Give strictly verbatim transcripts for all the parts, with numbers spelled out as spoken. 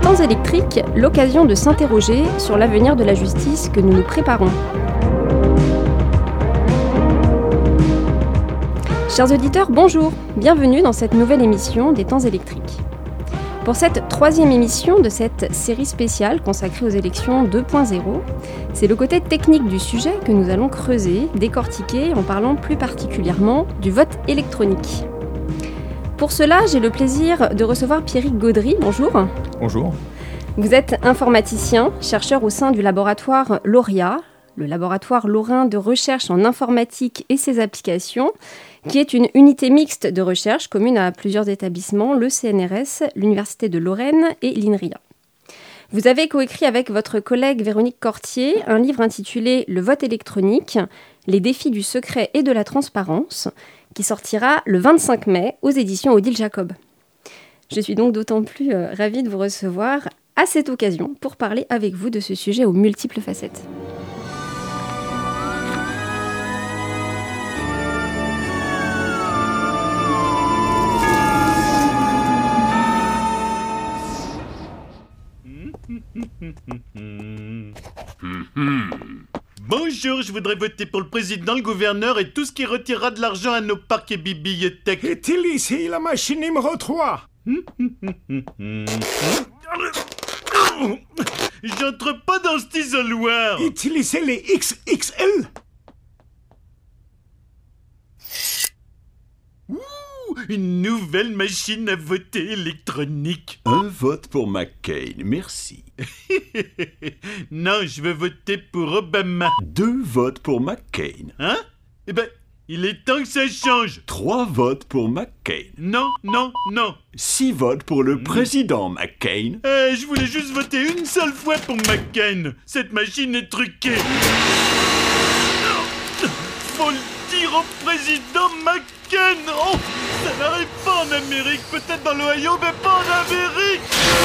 Temps électriques, l'occasion de s'interroger sur l'avenir de la justice que nous nous préparons. Chers auditeurs, bonjour, bienvenue dans cette nouvelle émission des Temps électriques. Pour cette troisième émission de cette série spéciale consacrée aux élections deux point zéro, c'est le côté technique du sujet que nous allons creuser, décortiquer en parlant plus particulièrement du vote électronique. Pour cela, j'ai le plaisir de recevoir Pierrick Gaudry. Bonjour. Bonjour. Vous êtes informaticien, chercheur au sein du laboratoire Lauria, le laboratoire lorrain de recherche en informatique et ses applications, qui est une unité mixte de recherche commune à plusieurs établissements, le C N R S, l'Université de Lorraine et l'INRIA. Vous avez coécrit avec votre collègue Véronique Cortier un livre intitulé « Le vote électronique, les défis du secret et de la transparence », qui sortira le vingt-cinq mai aux éditions Odile Jacob. Je suis donc d'autant plus euh, ravie de vous recevoir à cette occasion pour parler avec vous de ce sujet aux multiples facettes. Bonjour, je voudrais voter pour le président, le gouverneur et tout ce qui retirera de l'argent à nos parcs et bibliothèques. Utilisez la machine numéro trois. J'entre pas dans cet isoloir. Utilisez les X X L. Une nouvelle machine à voter électronique. Un vote pour McCain, merci. Non, je veux voter pour Obama. Deux votes pour McCain. Hein? Eh ben, il est temps que ça change. Trois votes pour McCain. Non, non, non. Six votes pour le mmh. président McCain. Eh, je voulais juste voter une seule fois pour McCain. Cette machine est truquée. Faut le dire au président McCain. Oh, ça n'arrive pas en Amérique. Peut-être dans l'Ohio, mais pas en Amérique.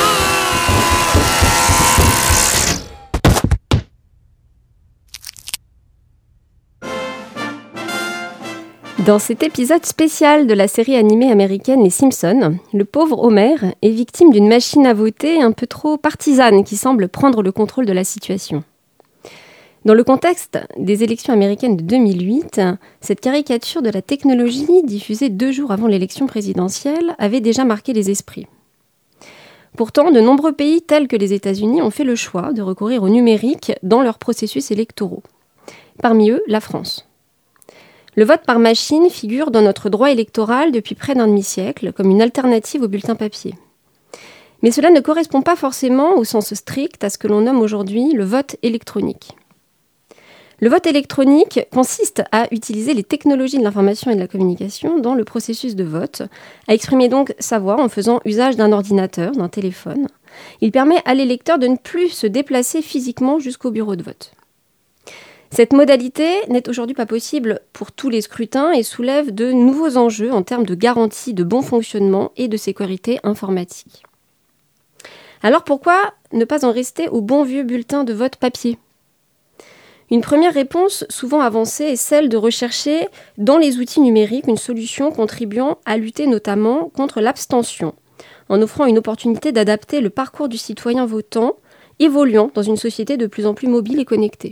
Dans cet épisode spécial de la série animée américaine Les Simpsons, le pauvre Homer est victime d'une machine à voter un peu trop partisane qui semble prendre le contrôle de la situation. Dans le contexte des élections américaines de deux mille huit, cette caricature de la technologie, diffusée deux jours avant l'élection présidentielle, avait déjà marqué les esprits. Pourtant, de nombreux pays tels que les États-Unis ont fait le choix de recourir au numérique dans leurs processus électoraux. Parmi eux, la France. Le vote par machine figure dans notre droit électoral depuis près d'un demi-siècle comme une alternative au bulletin papier. Mais cela ne correspond pas forcément au sens strict à ce que l'on nomme aujourd'hui le vote électronique. Le vote électronique consiste à utiliser les technologies de l'information et de la communication dans le processus de vote, à exprimer donc sa voix en faisant usage d'un ordinateur, d'un téléphone. Il permet à l'électeur de ne plus se déplacer physiquement jusqu'au bureau de vote. Cette modalité n'est aujourd'hui pas possible pour tous les scrutins et soulève de nouveaux enjeux en termes de garantie de bon fonctionnement et de sécurité informatique. Alors pourquoi ne pas en rester au bon vieux bulletin de vote papier ? Une première réponse souvent avancée est celle de rechercher dans les outils numériques une solution contribuant à lutter notamment contre l'abstention, en offrant une opportunité d'adapter le parcours du citoyen votant, évoluant dans une société de plus en plus mobile et connectée.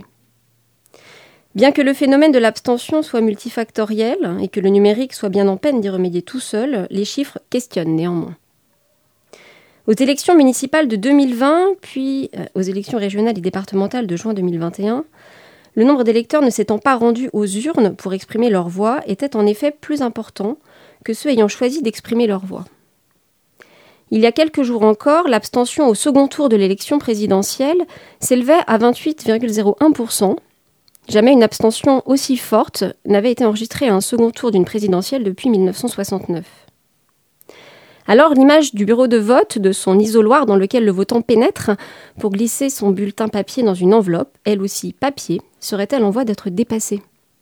Bien que le phénomène de l'abstention soit multifactoriel et que le numérique soit bien en peine d'y remédier tout seul, les chiffres questionnent néanmoins. Aux élections municipales de deux mille vingt, puis aux élections régionales et départementales de juin deux mille vingt et un, le nombre d'électeurs ne s'étant pas rendus aux urnes pour exprimer leur voix était en effet plus important que ceux ayant choisi d'exprimer leur voix. Il y a quelques jours encore, l'abstention au second tour de l'élection présidentielle s'élevait à vingt-huit virgule zéro un pour cent. Jamais une abstention aussi forte n'avait été enregistrée à un second tour d'une présidentielle depuis mille neuf cent soixante-neuf. Alors l'image du bureau de vote, de son isoloir dans lequel le votant pénètre pour glisser son bulletin papier dans une enveloppe, elle aussi papier, serait-elle en voie d'être dépassée ?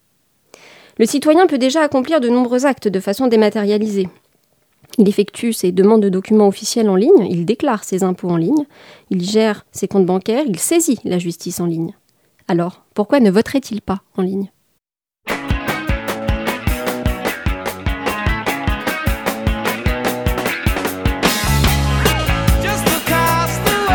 Le citoyen peut déjà accomplir de nombreux actes de façon dématérialisée. Il effectue ses demandes de documents officiels en ligne, il déclare ses impôts en ligne, il gère ses comptes bancaires, il saisit la justice en ligne. Alors, pourquoi ne voterait-il pas en ligne ? Just across the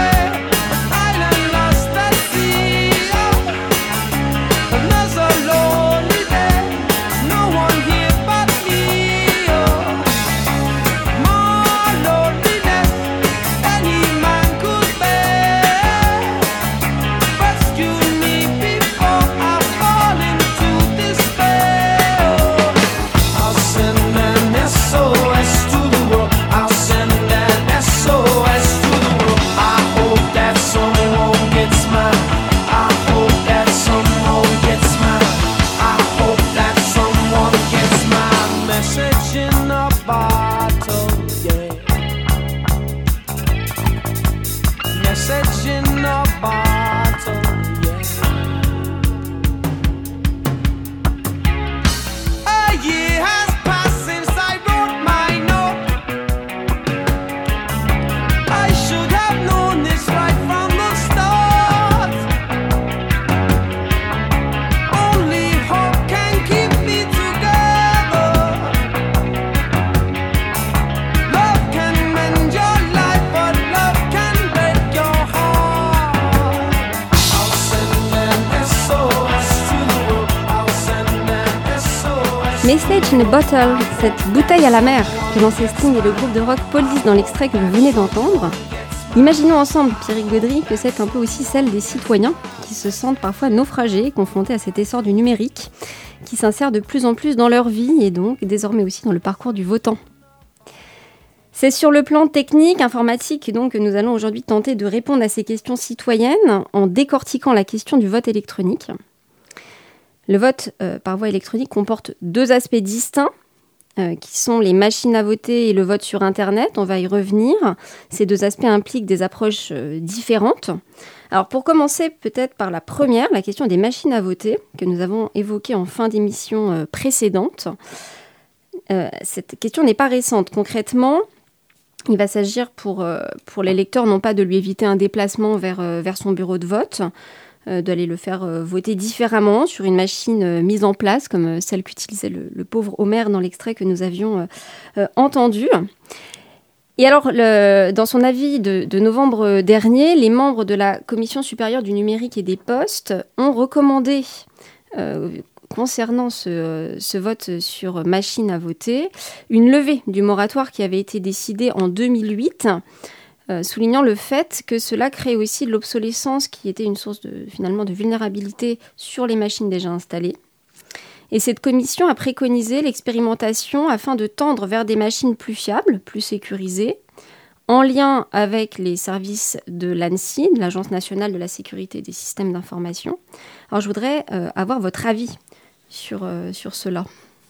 Message in a Bottle, cette bouteille à la mer que lançait Sting et le groupe de rock Police dans l'extrait que vous venez d'entendre. Imaginons ensemble, Pierrick Gaudry, que c'est un peu aussi celle des citoyens qui se sentent parfois naufragés, confrontés à cet essor du numérique, qui s'insère de plus en plus dans leur vie et donc désormais aussi dans le parcours du votant. C'est sur le plan technique, informatique, donc, que nous allons aujourd'hui tenter de répondre à ces questions citoyennes en décortiquant la question du vote électronique. Le vote euh, par voie électronique comporte deux aspects distincts, euh, qui sont les machines à voter et le vote sur Internet. On va y revenir. Ces deux aspects impliquent des approches euh, différentes. Alors pour commencer peut-être par la première, la question des machines à voter, que nous avons évoquée en fin d'émission euh, précédente. Euh, cette question n'est pas récente. Concrètement, il va s'agir pour, euh, pour l'électeur non pas de lui éviter un déplacement vers, euh, vers son bureau de vote, euh, d'aller le faire euh, voter différemment sur une machine euh, mise en place, comme euh, celle qu'utilisait le, le pauvre Homer dans l'extrait que nous avions euh, euh, entendu. Et alors, le, dans son avis de, de novembre dernier, les membres de la Commission supérieure du numérique et des postes ont recommandé, euh, concernant ce, ce vote sur machine à voter, une levée du moratoire qui avait été décidée en deux mille huit, euh, soulignant le fait que cela crée aussi de l'obsolescence qui était une source de, finalement de vulnérabilité sur les machines déjà installées. Et cette commission a préconisé l'expérimentation afin de tendre vers des machines plus fiables, plus sécurisées, en lien avec les services de l'ANSSI, de l'Agence nationale de la sécurité des systèmes d'information. Alors je voudrais euh, avoir votre avis sur, euh, sur cela.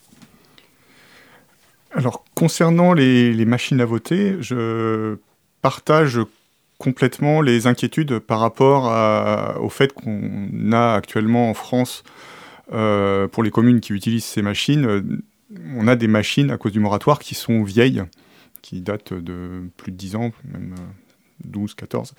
Alors concernant les, les machines à voter, je partage complètement les inquiétudes par rapport à, au fait qu'on a actuellement en France, euh, pour les communes qui utilisent ces machines, euh, on a des machines à cause du moratoire qui sont vieilles, qui datent de plus de dix ans, même douze, quatorze.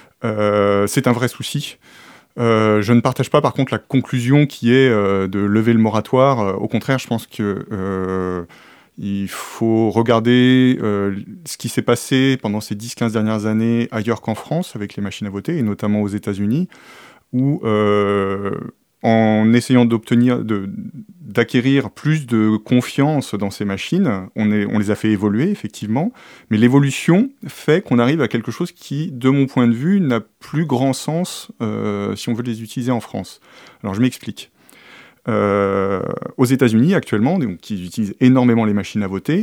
Euh, c'est un vrai souci. Euh, je ne partage pas par contre la conclusion qui est euh, de lever le moratoire. Euh, au contraire, je pense que euh, il faut regarder euh, ce qui s'est passé pendant ces dix quinze dernières années ailleurs qu'en France avec les machines à voter, et notamment aux États-Unis, où euh, en essayant d'obtenir, de, d'acquérir plus de confiance dans ces machines, on, est, on les a fait évoluer, effectivement, mais l'évolution fait qu'on arrive à quelque chose qui, de mon point de vue, n'a plus grand sens euh, si on veut les utiliser en France. Alors, je m'explique. Euh, aux États-Unis, actuellement, donc, qui utilisent énormément les machines à voter,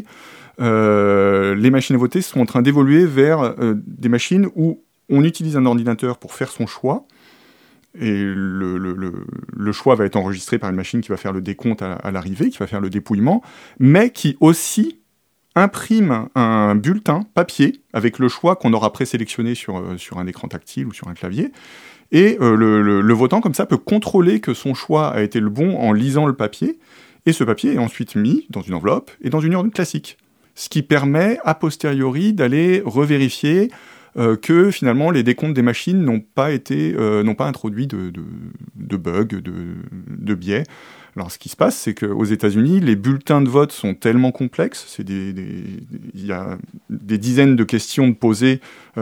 euh, les machines à voter sont en train d'évoluer vers euh, des machines où on utilise un ordinateur pour faire son choix, et le, le, le, le choix va être enregistré par une machine qui va faire le décompte à, à l'arrivée, qui va faire le dépouillement, mais qui aussi imprime un bulletin papier avec le choix qu'on aura présélectionné sur, sur un écran tactile ou sur un clavier. Et euh, le, le, le votant, comme ça, peut contrôler que son choix a été le bon en lisant le papier, et ce papier est ensuite mis dans une enveloppe et dans une urne classique. Ce qui permet, a posteriori, d'aller revérifier Euh, que finalement les décomptes des machines n'ont pas été, euh, n'ont pas introduit de, de, de bugs, de, de biais. Alors ce qui se passe, c'est qu'aux États-Unis, les bulletins de vote sont tellement complexes, c'est des, des, il y a des dizaines de questions de posées,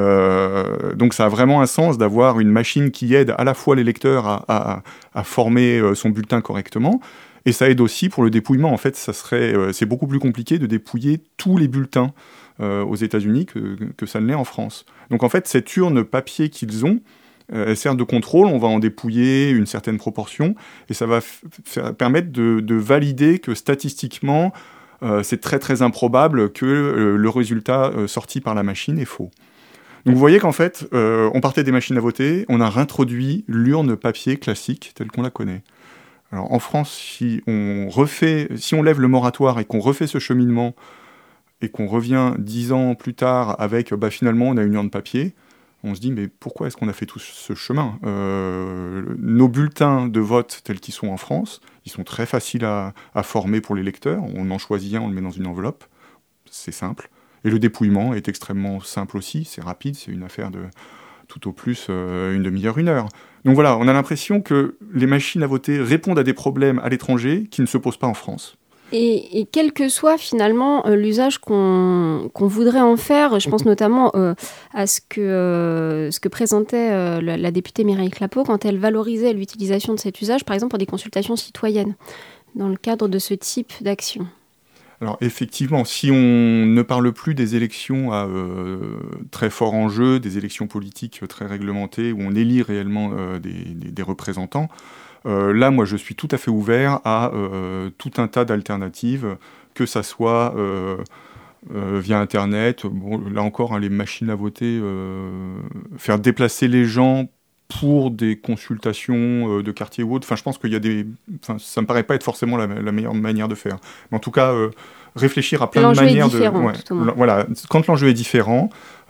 euh, donc ça a vraiment un sens d'avoir une machine qui aide à la fois l'électeur à, à, à former son bulletin correctement, et ça aide aussi pour le dépouillement. En fait, ça serait, euh, c'est beaucoup plus compliqué de dépouiller tous les bulletins Euh, aux États-Unis que, que ça ne l'est en France. Donc en fait, cette urne papier qu'ils ont, euh, elle sert de contrôle, on va en dépouiller une certaine proportion, et ça va f- faire, permettre de, de valider que statistiquement, euh, c'est très très improbable que euh, le résultat euh, sorti par la machine est faux. Donc vous voyez qu'en fait, euh, on partait des machines à voter, on a réintroduit l'urne papier classique telle qu'on la connaît. Alors en France, si on refait, si on lève le moratoire et qu'on refait ce cheminement, et qu'on revient dix ans plus tard avec, bah, finalement, on a une urne papier, on se dit, mais pourquoi est-ce qu'on a fait tout ce chemin ? euh, Nos bulletins de vote tels qu'ils sont en France, ils sont très faciles à, à former pour les lecteurs. On en choisit un, on le met dans une enveloppe, c'est simple. Et le dépouillement est extrêmement simple aussi, c'est rapide, c'est une affaire de tout au plus euh, une demi-heure, une heure. Donc voilà, on a l'impression que les machines à voter répondent à des problèmes à l'étranger qui ne se posent pas en France. Et, et quel que soit finalement euh, l'usage qu'on, qu'on voudrait en faire, je pense notamment euh, à ce que, euh, ce que présentait euh, la, la députée Mireille Clapeau quand elle valorisait l'utilisation de cet usage, par exemple pour des consultations citoyennes. dans le cadre de ce type d'action ? Alors effectivement, si on ne parle plus des élections à euh, très fort enjeu, des élections politiques très réglementées, où on élit réellement euh, des, des, des représentants, euh, là, moi, je suis tout à fait ouvert à euh, tout un tas d'alternatives, que ça soit euh, euh, via Internet, bon, là encore, hein, les machines à voter, euh, faire déplacer les gens pour des consultations euh, de quartier ou autre. Enfin, je pense qu'il y a des... Enfin, ça me paraît pas être forcément la, la meilleure manière de faire. Mais en tout cas, euh, réfléchir à plein l'enjeu de manières est différent, de... Ouais, tout au moins. Voilà, quand l'enjeu est différent,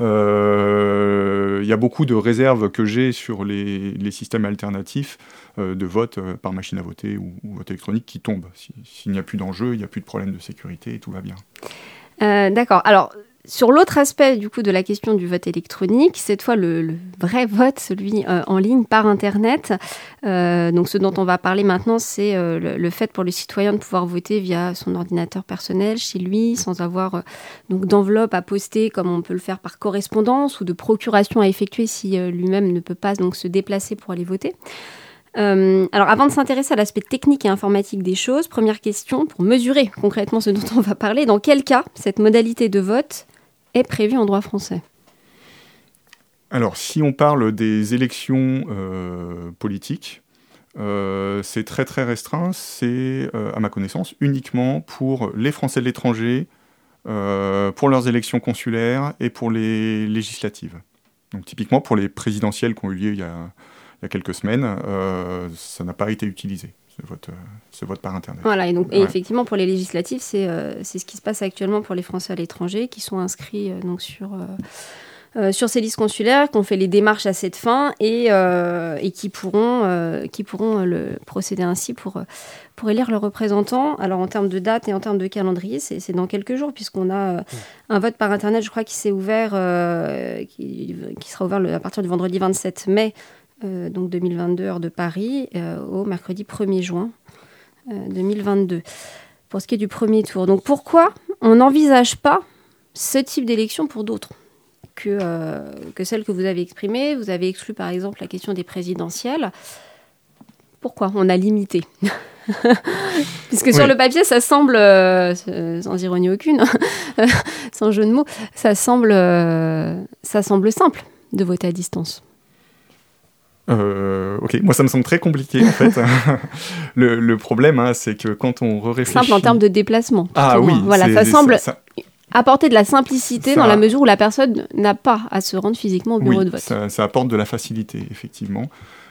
euh, il y a beaucoup de réserves que j'ai sur les, les systèmes alternatifs euh, de vote euh, par machine à voter ou, ou vote électronique qui tombent. Si, s'il n'y a plus d'enjeu, il n'y a plus de problème de sécurité et tout va bien. Euh, d'accord. Alors, sur l'autre aspect du coup de la question du vote électronique, cette fois le, le vrai vote, celui euh, en ligne par Internet. Euh, donc ce dont on va parler maintenant, c'est euh, le, le fait pour le citoyen de pouvoir voter via son ordinateur personnel chez lui, sans avoir euh, donc d'enveloppe à poster comme on peut le faire par correspondance ou de procuration à effectuer si euh, lui-même ne peut pas donc se déplacer pour aller voter. Euh, alors avant de s'intéresser à l'aspect technique et informatique des choses, première question, pour mesurer concrètement ce dont on va parler, dans quel cas cette modalité de vote est prévue en droit français ? Alors, si on parle des élections euh, politiques, euh, c'est très très restreint, c'est, euh, à ma connaissance, uniquement pour les Français de l'étranger, euh, pour leurs élections consulaires et pour les législatives. Donc typiquement pour les présidentielles qui ont eu lieu il y a, il y a quelques semaines, euh, ça n'a pas été utilisé. Ce vote, euh, ce vote par Internet. Voilà, et, donc, ouais. et effectivement, pour les législatives, c'est, euh, c'est ce qui se passe actuellement pour les Français à l'étranger, qui sont inscrits euh, donc, sur, euh, euh, sur ces listes consulaires, qui ont fait les démarches à cette fin, et, euh, et qui pourront, euh, qui pourront le, procéder ainsi pour, pour élire leurs représentants. Alors, en termes de date et en termes de calendrier, c'est, c'est dans quelques jours, puisqu'on a euh, un vote par Internet, je crois, qui s'est ouvert, euh, qui, qui sera ouvert le, à partir du vendredi vingt-sept mai, euh, donc deux mille vingt-deux, heure de Paris, euh, au mercredi premier juin. deux mille vingt-deux, pour ce qui est du premier tour. Donc pourquoi on n'envisage pas ce type d'élection pour d'autres que, euh, que celles que vous avez exprimées ? Vous avez exclu par exemple la question des présidentielles. Pourquoi on a limité ? Puisque oui. Sur le papier, ça semble, euh, sans ironie aucune, sans jeu de mots, ça semble, euh, ça semble simple de voter à distance. Euh, ok, moi ça me semble très compliqué en fait. le, le problème, hein, c'est que quand on réfléchit... Simple en termes de déplacement. Ah oui. Voilà, ça semble ça, ça... apporter de la simplicité ça... dans la mesure où la personne n'a pas à se rendre physiquement au bureau oui, de vote. Ça, ça apporte de la facilité, effectivement.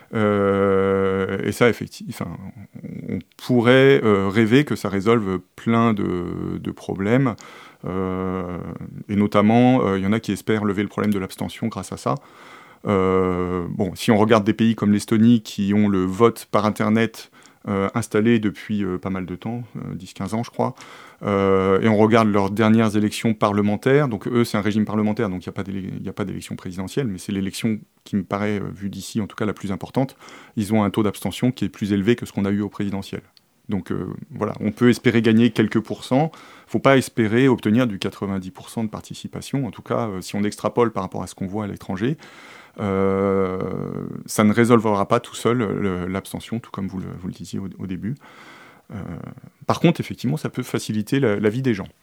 Euh, et ça, effectivement, on pourrait euh, rêver que ça résolve plein de, de problèmes. Euh, et notamment, il euh, y en a qui espèrent lever le problème de l'abstention grâce à ça. Euh, bon, si on regarde des pays comme l'Estonie qui ont le vote par Internet euh, installé depuis euh, pas mal de temps, euh, dix à quinze ans je crois, euh, et on regarde leurs dernières élections parlementaires, donc eux c'est un régime parlementaire, donc il n'y a pas d'élé- y a pas d'élection présidentielle, mais c'est l'élection qui me paraît, euh, vue d'ici en tout cas la plus importante. Ils ont un taux d'abstention qui est plus élevé que ce qu'on a eu au présidentiel. Donc euh, voilà, on peut espérer gagner quelques pourcents, il ne faut pas espérer obtenir du quatre-vingt-dix pour cent de participation, en tout cas euh, si on extrapole par rapport à ce qu'on voit à l'étranger. Euh, ça ne résolvera pas tout seul le, l'abstention, tout comme vous le, vous le disiez au, au début. Euh, par contre, effectivement, ça peut faciliter la, la vie des gens.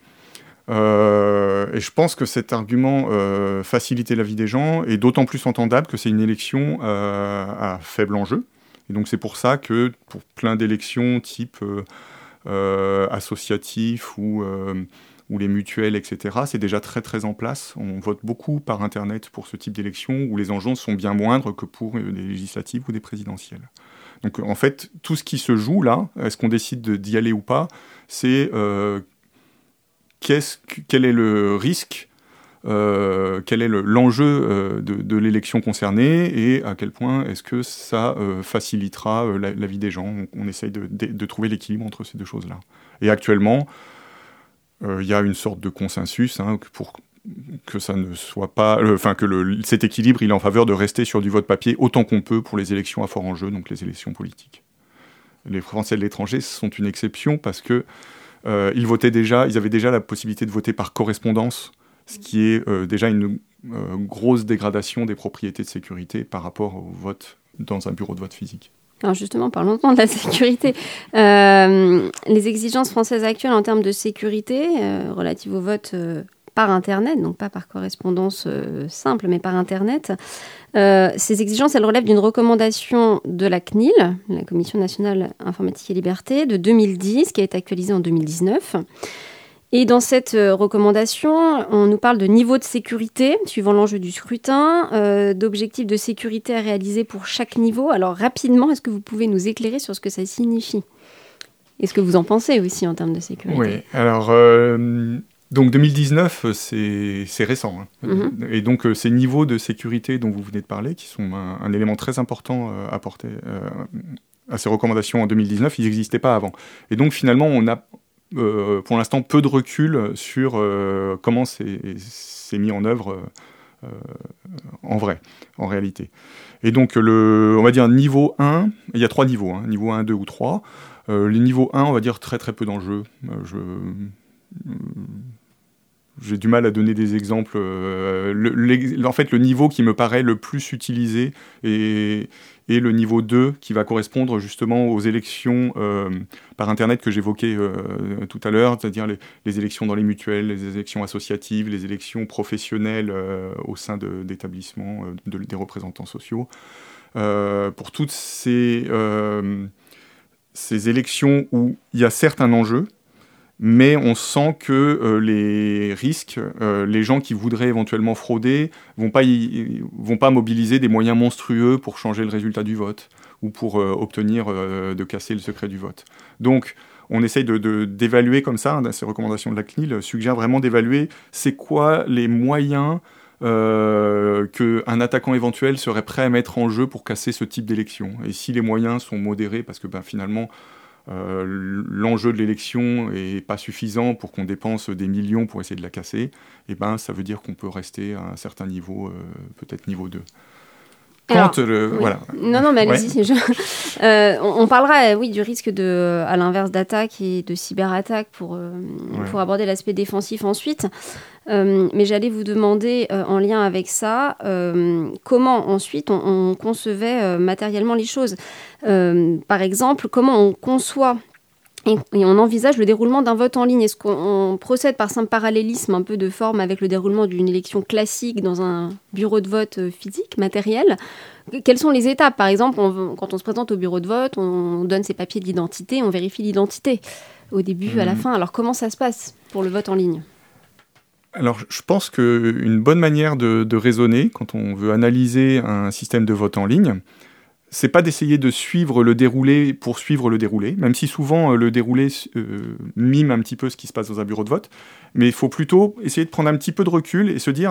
Euh, et je pense que cet argument euh, faciliter la vie des gens est d'autant plus entendable que c'est une élection euh, à faible enjeu. Et donc c'est pour ça que pour plein d'élections type euh, euh, associatif ou... Euh, ou les mutuelles, et cetera, c'est déjà très très en place. On vote beaucoup par Internet pour ce type d'élection où les enjeux sont bien moindres que pour des législatives ou des présidentielles. Donc en fait, tout ce qui se joue là, est-ce qu'on décide de, d'y aller ou pas, c'est euh, qu'est-ce, quel est le risque, euh, quel est le, l'enjeu euh, de, de l'élection concernée et à quel point est-ce que ça euh, facilitera euh, la, la vie des gens. On, on essaye de, de, de trouver l'équilibre entre ces deux choses-là. Et actuellement, il euh, y a une sorte de consensus hein, pour que ça ne soit pas, enfin euh, que le, cet équilibre il est en faveur de rester sur du vote papier autant qu'on peut pour les élections à fort enjeu, donc les élections politiques. Les Français de l'étranger sont une exception parce que euh, ils votaient déjà, ils avaient déjà la possibilité de voter par correspondance, ce qui est euh, déjà une euh, grosse dégradation des propriétés de sécurité par rapport au vote dans un bureau de vote physique. Alors justement, parlons-en de la sécurité. Euh, les exigences françaises actuelles en termes de sécurité euh, relatives au vote euh, par Internet, donc pas par correspondance euh, simple, mais par Internet, euh, ces exigences, elles relèvent d'une recommandation de la C N I L, la Commission nationale informatique et liberté, de deux mille dix, qui a été actualisée en deux mille dix-neuf. Et dans cette euh, recommandation, on nous parle de niveau de sécurité, suivant l'enjeu du scrutin, euh, d'objectifs de sécurité à réaliser pour chaque niveau. Alors rapidement, est-ce que vous pouvez nous éclairer sur ce que ça signifie ? Et ce que vous en pensez aussi en termes de sécurité ? Oui, alors euh, donc deux mille dix-neuf, c'est, c'est récent. Hein. Mm-hmm. Et donc euh, ces niveaux de sécurité dont vous venez de parler, qui sont un, un élément très important euh, à apporter euh, à ces recommandations en deux mille dix-neuf, ils n'existaient pas avant. Et donc finalement, on a... Euh, pour l'instant, peu de recul sur euh, comment c'est, c'est mis en œuvre euh, en vrai, en réalité. Et donc, le, on va dire niveau un, il y a trois niveaux, hein, niveau un, deux ou trois. Euh, les niveaux un, on va dire très très peu d'enjeux. Euh, je, euh, j'ai du mal à donner des exemples. Euh, le, en fait, le niveau qui me paraît le plus utilisé est, est le niveau deux, qui va correspondre justement aux élections euh, par Internet que j'évoquais euh, tout à l'heure, c'est-à-dire les, les élections dans les mutuelles, les élections associatives, les élections professionnelles euh, au sein de, d'établissements, euh, de, des représentants sociaux. Euh, pour toutes ces, euh, ces élections où il y a certes un enjeu, mais on sent que euh, les risques, euh, les gens qui voudraient éventuellement frauder vont pas y, vont pas mobiliser des moyens monstrueux pour changer le résultat du vote ou pour euh, obtenir euh, de casser le secret du vote. Donc, on essaye de, de, d'évaluer comme ça, hein, ces recommandations de la C N I L suggèrent vraiment d'évaluer c'est quoi les moyens euh, qu'un attaquant éventuel serait prêt à mettre en jeu pour casser ce type d'élection. Et si les moyens sont modérés, parce que ben, finalement... Euh, l'enjeu de l'élection n'est pas suffisant pour qu'on dépense des millions pour essayer de la casser, et ben, ça veut dire qu'on peut rester à un certain niveau, euh, peut-être niveau deux. Alors, Quand, le, oui. voilà. Non, non, mais allez-y. Ouais. Je... Euh, on, on parlera, oui, du risque de, à l'inverse d'attaque et de cyberattaque pour, euh, ouais. pour aborder l'aspect défensif ensuite. Euh, mais j'allais vous demander, euh, en lien avec ça, euh, comment ensuite on, on concevait euh, matériellement les choses. Euh, par exemple, comment on conçoit et, et on envisage le déroulement d'un vote en ligne. Est-ce qu'on procède par simple parallélisme, un peu de forme, avec le déroulement d'une élection classique dans un bureau de vote physique, matériel ? Quelles sont les étapes ? Par exemple, on, quand on se présente au bureau de vote, on donne ses papiers d'identité, on vérifie l'identité au début, mmh. à la fin. Alors, comment ça se passe pour le vote en ligne ? Alors, je pense qu'une bonne manière de, de raisonner, quand on veut analyser un système de vote en ligne, c'est pas d'essayer de suivre le déroulé pour suivre le déroulé, même si souvent euh, le déroulé euh, mime un petit peu ce qui se passe dans un bureau de vote, mais il faut plutôt essayer de prendre un petit peu de recul et se dire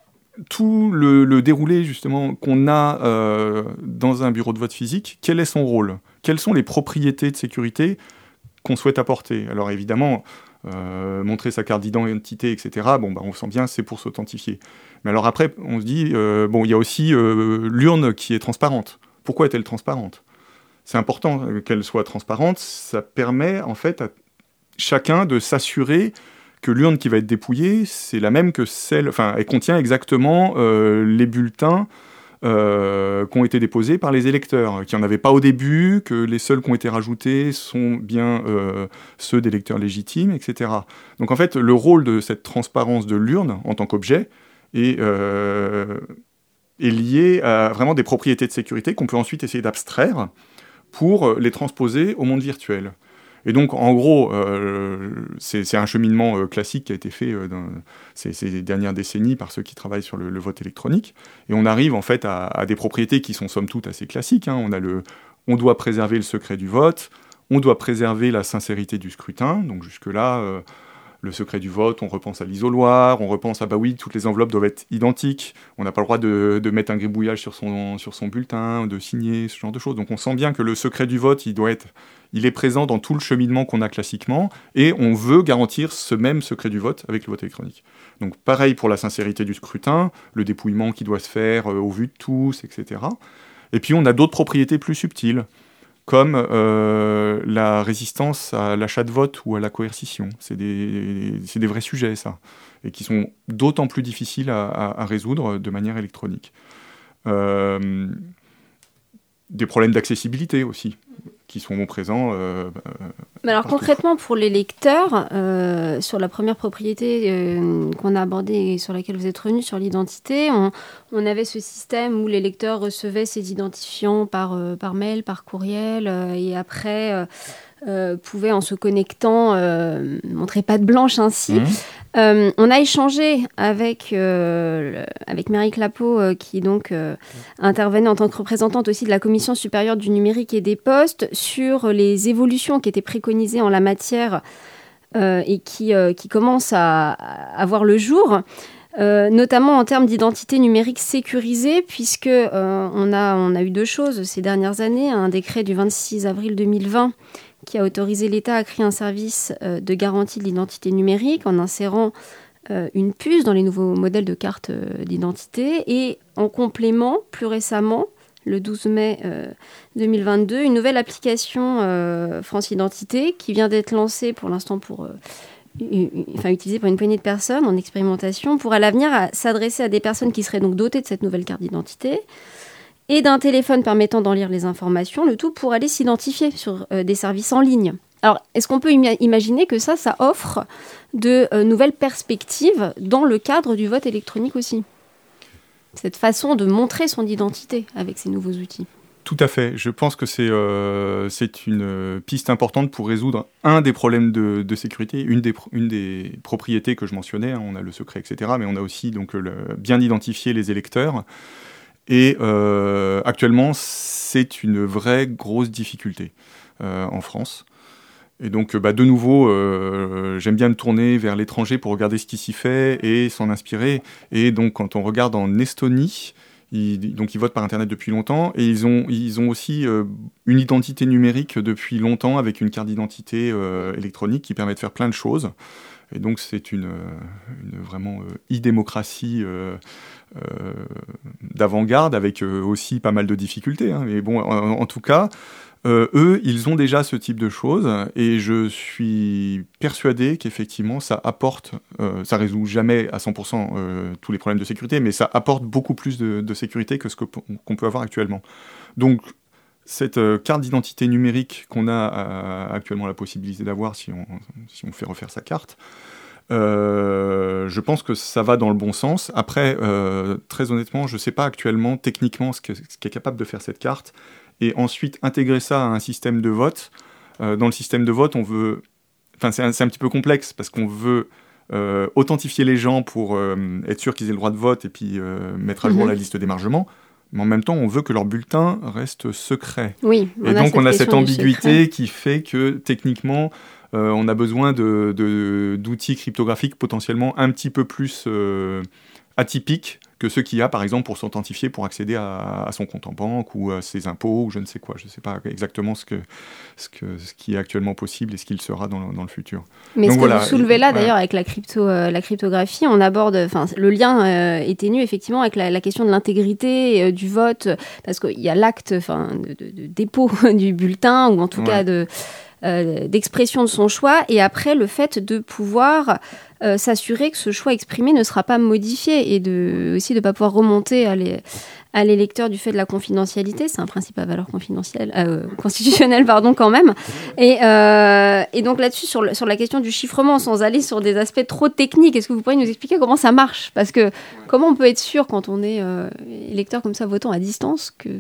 tout le, le déroulé justement qu'on a euh, dans un bureau de vote physique, quel est son rôle ? Quelles sont les propriétés de sécurité qu'on souhaite apporter ? Alors évidemment, euh, montrer sa carte d'identité, et cetera, bon, bah, on sent bien c'est pour s'authentifier. Mais alors après, on se dit, euh, bon, il y a aussi euh, l'urne qui est transparente. Pourquoi est-elle transparente ? C'est important qu'elle soit transparente, ça permet en fait à chacun de s'assurer que l'urne qui va être dépouillée, c'est la même que celle, enfin, elle contient exactement euh, les bulletins euh, qui ont été déposés par les électeurs, qu'il n'y en avait pas au début, que les seuls qui ont été rajoutés sont bien euh, ceux d'électeurs légitimes, et cetera. Donc en fait, le rôle de cette transparence de l'urne en tant qu'objet est... Euh, est lié à vraiment des propriétés de sécurité qu'on peut ensuite essayer d'abstraire pour les transposer au monde virtuel. Et donc, en gros, euh, c'est, c'est un cheminement euh, classique qui a été fait euh, dans ces, ces dernières décennies par ceux qui travaillent sur le, le vote électronique. Et on arrive en fait à, à des propriétés qui sont somme toute assez classiques. Hein. On a le, on doit préserver le secret du vote, on doit préserver la sincérité du scrutin. Donc jusque-là... Euh, le secret du vote, on repense à l'isoloir, on repense à, bah oui, toutes les enveloppes doivent être identiques, on n'a pas le droit de, de mettre un gribouillage sur son, sur son bulletin, de signer, ce genre de choses. Donc on sent bien que le secret du vote, il doit être, il est présent dans tout le cheminement qu'on a classiquement, et on veut garantir ce même secret du vote avec le vote électronique. Donc pareil pour la sincérité du scrutin, le dépouillement qui doit se faire euh, au vu de tous, et cetera. Et puis on a d'autres propriétés plus subtiles, comme euh, la résistance à l'achat de vote ou à la coercition. C'est des, c'est des vrais sujets, ça, et qui sont d'autant plus difficiles à, à, à résoudre de manière électronique. Euh, des problèmes d'accessibilité aussi, qui sont présents. Euh, Mais alors partout. concrètement, pour les lecteurs, euh, sur la première propriété euh, qu'on a abordée et sur laquelle vous êtes revenu, sur l'identité, on, on avait ce système où les lecteurs recevaient ces identifiants par, euh, par mail, par courriel, euh, et après euh, euh, pouvaient, en se connectant, euh, montrer patte blanche ainsi. Mmh. Euh, on a échangé avec, euh, avec Mary Clapeau, euh, qui donc euh, intervenait en tant que représentante aussi de la Commission supérieure du numérique et des postes, sur les évolutions qui étaient préconisées en la matière euh, et qui, euh, qui commencent à, à voir le jour, euh, notamment en termes d'identité numérique sécurisée, puisque euh, on a, on a eu deux choses ces dernières années. Un décret du vingt-six avril deux mille vingt qui a autorisé l'État à créer un service euh, de garantie de l'identité numérique en insérant euh, une puce dans les nouveaux modèles de carte euh, d'identité. Et en complément, plus récemment, le douze mai euh, deux mille vingt-deux, une nouvelle application euh, France Identité qui vient d'être lancée pour l'instant pour... Euh, enfin, utilisée par une poignée de personnes en expérimentation, pour à l'avenir à s'adresser à des personnes qui seraient donc dotées de cette nouvelle carte d'identité et d'un téléphone permettant d'en lire les informations, le tout pour aller s'identifier sur euh, des services en ligne. Alors, est-ce qu'on peut im- imaginer que ça, ça offre de euh, nouvelles perspectives dans le cadre du vote électronique aussi ? Cette façon de montrer son identité avec ces nouveaux outils. Tout à fait. Je pense que c'est, euh, c'est une piste importante pour résoudre un des problèmes de, de sécurité, une des, une des propriétés que je mentionnais. Hein, on a le secret, et cetera. Mais on a aussi donc, le, bien identifier les électeurs. Et euh, actuellement, c'est une vraie grosse difficulté euh, en France. Et donc, bah, de nouveau, euh, j'aime bien me tourner vers l'étranger pour regarder ce qui s'y fait et s'en inspirer. Et donc, quand on regarde en Estonie, ils, donc ils votent par Internet depuis longtemps et ils ont, ils ont aussi euh, une identité numérique depuis longtemps avec une carte d'identité euh, électronique qui permet de faire plein de choses. Et donc, c'est une, une vraiment euh, e-démocratie euh, euh, d'avant-garde avec euh, aussi pas mal de difficultés. Hein. Mais bon, en, en tout cas, euh, eux, ils ont déjà ce type de choses et je suis persuadé qu'effectivement, ça apporte, euh, ça résout jamais à cent pour cent euh, tous les problèmes de sécurité, mais ça apporte beaucoup plus de, de sécurité que ce que, qu'on peut avoir actuellement. Donc, cette euh, carte d'identité numérique qu'on a euh, actuellement la possibilité d'avoir si on, si on fait refaire sa carte, euh, je pense que ça va dans le bon sens. Après, euh, très honnêtement, je ne sais pas actuellement techniquement ce, que, ce qu'est capable de faire cette carte. Et ensuite, intégrer ça à un système de vote. Euh, dans le système de vote, on veut... Enfin, c'est un, c'est un petit peu complexe parce qu'on veut euh, authentifier les gens pour euh, être sûr qu'ils aient le droit de vote et puis euh, mettre à jour mmh. la liste d'émargement. Mais en même temps, on veut que leur bulletin reste secret. Oui, et donc, on a cette ambiguïté qui fait que, techniquement, euh, on a besoin de, de, d'outils cryptographiques potentiellement un petit peu plus euh, atypiques que ceux qu'il y a, par exemple, pour s'authentifier, pour accéder à, à son compte en banque ou à ses impôts ou je ne sais quoi. Je ne sais pas exactement ce, que, ce, que, ce qui est actuellement possible et ce qu'il sera dans le, dans le futur. Mais donc, ce que voilà, vous soulevez là, d'ailleurs, avec la, crypto, euh, la cryptographie, on aborde... Enfin, le lien euh, est ténu, effectivement, avec la, la question de l'intégrité euh, du vote, parce qu'il y a l'acte de, de, de dépôt du bulletin, ou en tout ouais. cas de... Euh, d'expression de son choix, et après le fait de pouvoir euh, s'assurer que ce choix exprimé ne sera pas modifié, et de, aussi de ne pas pouvoir remonter à, les, à l'électeur du fait de la confidentialité. C'est un principe à valeur confidentielle, euh, constitutionnelle pardon, quand même. Et, euh, et donc là-dessus, sur, le, sur la question du chiffrement, sans aller sur des aspects trop techniques, est-ce que vous pourriez nous expliquer comment ça marche ? Parce que comment on peut être sûr, quand on est euh, électeur comme ça, votant à distance, que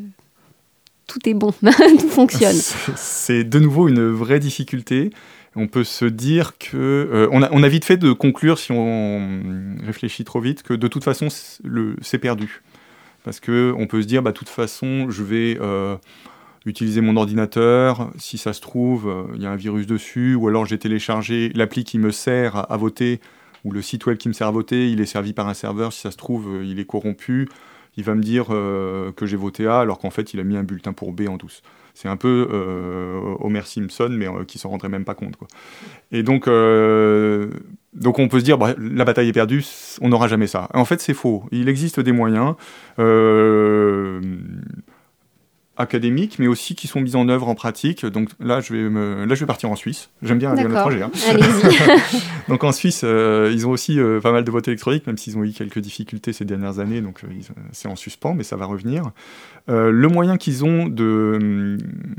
tout est bon, tout fonctionne. C'est, c'est de nouveau une vraie difficulté. On peut se dire que... Euh, on, a, on a vite fait de conclure, si on réfléchit trop vite, que de toute façon, c'est, le, c'est perdu. Parce qu'on peut se dire, bah, de toute façon, je vais euh, utiliser mon ordinateur. Si ça se trouve, il euh, y a un virus dessus. Ou alors, j'ai téléchargé l'appli qui me sert à, à voter, ou le site web qui me sert à voter. Il est servi par un serveur. Si ça se trouve, il est corrompu. Il va me dire euh, que j'ai voté A, alors qu'en fait, il a mis un bulletin pour B en douce. C'est un peu euh, Homer Simpson, mais euh, qui ne s'en rendrait même pas compte, quoi. Et donc, euh, donc, on peut se dire, bah, la bataille est perdue, on n'aura jamais ça. En fait, c'est faux. Il existe des moyens. Euh, académiques, mais aussi qui sont mises en œuvre en pratique. Donc là, je vais, me... là, je vais partir en Suisse. J'aime bien aller à l'étranger. Hein. Allez-y. Donc en Suisse, euh, ils ont aussi euh, pas mal de votes électroniques, même s'ils ont eu quelques difficultés ces dernières années. Donc euh, ils, c'est en suspens, mais ça va revenir. Euh, le moyen qu'ils ont de,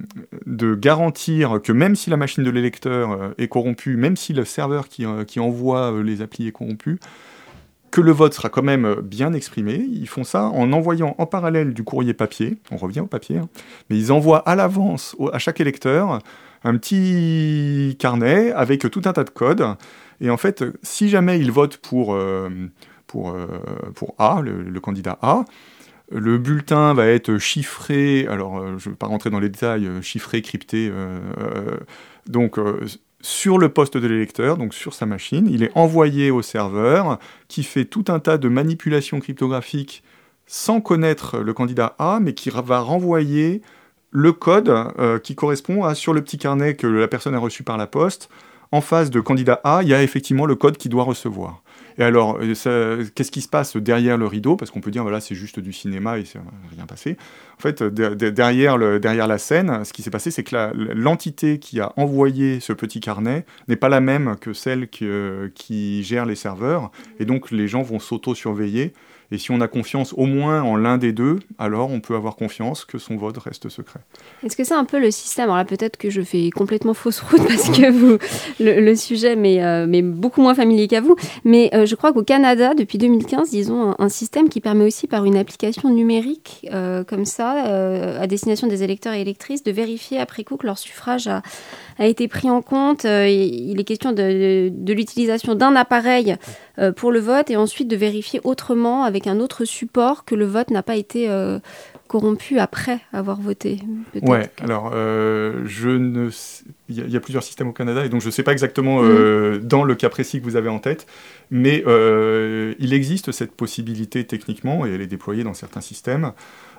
de garantir que même si la machine de l'électeur euh, est corrompue, même si le serveur qui, euh, qui envoie euh, les applis est corrompu, que le vote sera quand même bien exprimé. Ils font ça en envoyant en parallèle du courrier papier, on revient au papier, hein, mais ils envoient à l'avance au, à chaque électeur un petit carnet avec tout un tas de codes. Et en fait, si jamais il vote pour, euh, pour, euh, pour A, le, le candidat A, le bulletin va être chiffré, alors euh, je ne vais pas rentrer dans les détails, euh, chiffré, crypté, euh, euh, donc euh, sur le poste de l'électeur, donc sur sa machine, il est envoyé au serveur qui fait tout un tas de manipulations cryptographiques sans connaître le candidat A, mais qui va renvoyer le code euh, qui correspond à, sur le petit carnet que la personne a reçu par la poste, en face de candidat A, il y a effectivement le code qu'il doit recevoir. Et alors, ça, qu'est-ce qui se passe derrière le rideau ? Parce qu'on peut dire, voilà, c'est juste du cinéma et c'est rien passé. En fait, de, de, derrière, le, derrière la scène, ce qui s'est passé, c'est que la, l'entité qui a envoyé ce petit carnet n'est pas la même que celle qui, euh, qui gère les serveurs. Et donc, les gens vont s'auto-surveiller. Et si on a confiance au moins en l'un des deux, alors on peut avoir confiance que son vote reste secret. Est-ce que c'est un peu le système ? Alors là, peut-être que je fais complètement fausse route parce que vous, le, le sujet m'est, euh, m'est beaucoup moins familier qu'à vous. Mais euh, je crois qu'au Canada, depuis deux mille quinze, ils ont un, un système qui permet aussi par une application numérique, euh, comme ça, euh, à destination des électeurs et électrices, de vérifier après coup que leur suffrage a, a été pris en compte. Euh, il est question de, de, de l'utilisation d'un appareil euh, pour le vote et ensuite de vérifier autrement avec un autre support que le vote n'a pas été euh, corrompu après avoir voté. Peut-être ouais, que... alors euh, je ne sais... il, y a, il y a plusieurs systèmes au Canada et donc je ne sais pas exactement euh, mmh. dans le cas précis que vous avez en tête, mais euh, il existe cette possibilité techniquement, et elle est déployée dans certains systèmes,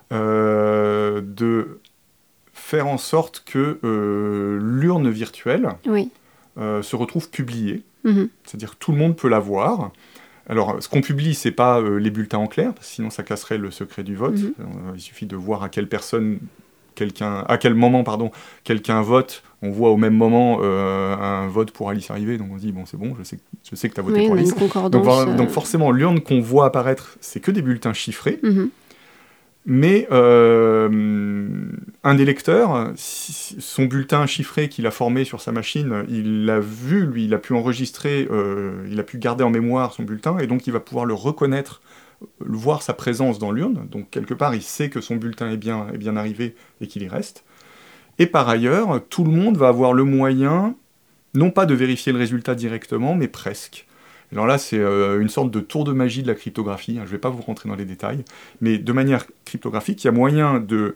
euh, de faire en sorte que euh, l'urne virtuelle oui. euh, se retrouve publiée, mmh. c'est-à-dire que tout le monde peut la voir. Alors, ce qu'on publie, c'est pas euh, les bulletins en clair, parce que sinon ça casserait le secret du vote. Mm-hmm. Euh, il suffit de voir à quelle personne, quelqu'un, à quel moment, pardon, quelqu'un vote. On voit au même moment euh, un vote pour Alice arriver, donc on se dit bon, c'est bon, je sais, je sais que tu as voté oui, pour Alice. Donc, euh... donc forcément, l'urne qu'on voit apparaître, c'est que des bulletins chiffrés. Mm-hmm. Mais euh, un électeur, si son bulletin chiffré qu'il a formé sur sa machine, il l'a vu, lui, il a pu enregistrer, euh, il a pu garder en mémoire son bulletin, et donc il va pouvoir le reconnaître, voir sa présence dans l'urne. Donc quelque part, il sait que son bulletin est bien, est bien arrivé et qu'il y reste. Et par ailleurs, tout le monde va avoir le moyen, non pas de vérifier le résultat directement, mais presque. Alors là, c'est euh, une sorte de tour de magie de la cryptographie. Hein, je ne vais pas vous rentrer dans les détails. Mais de manière cryptographique, il y a moyen de,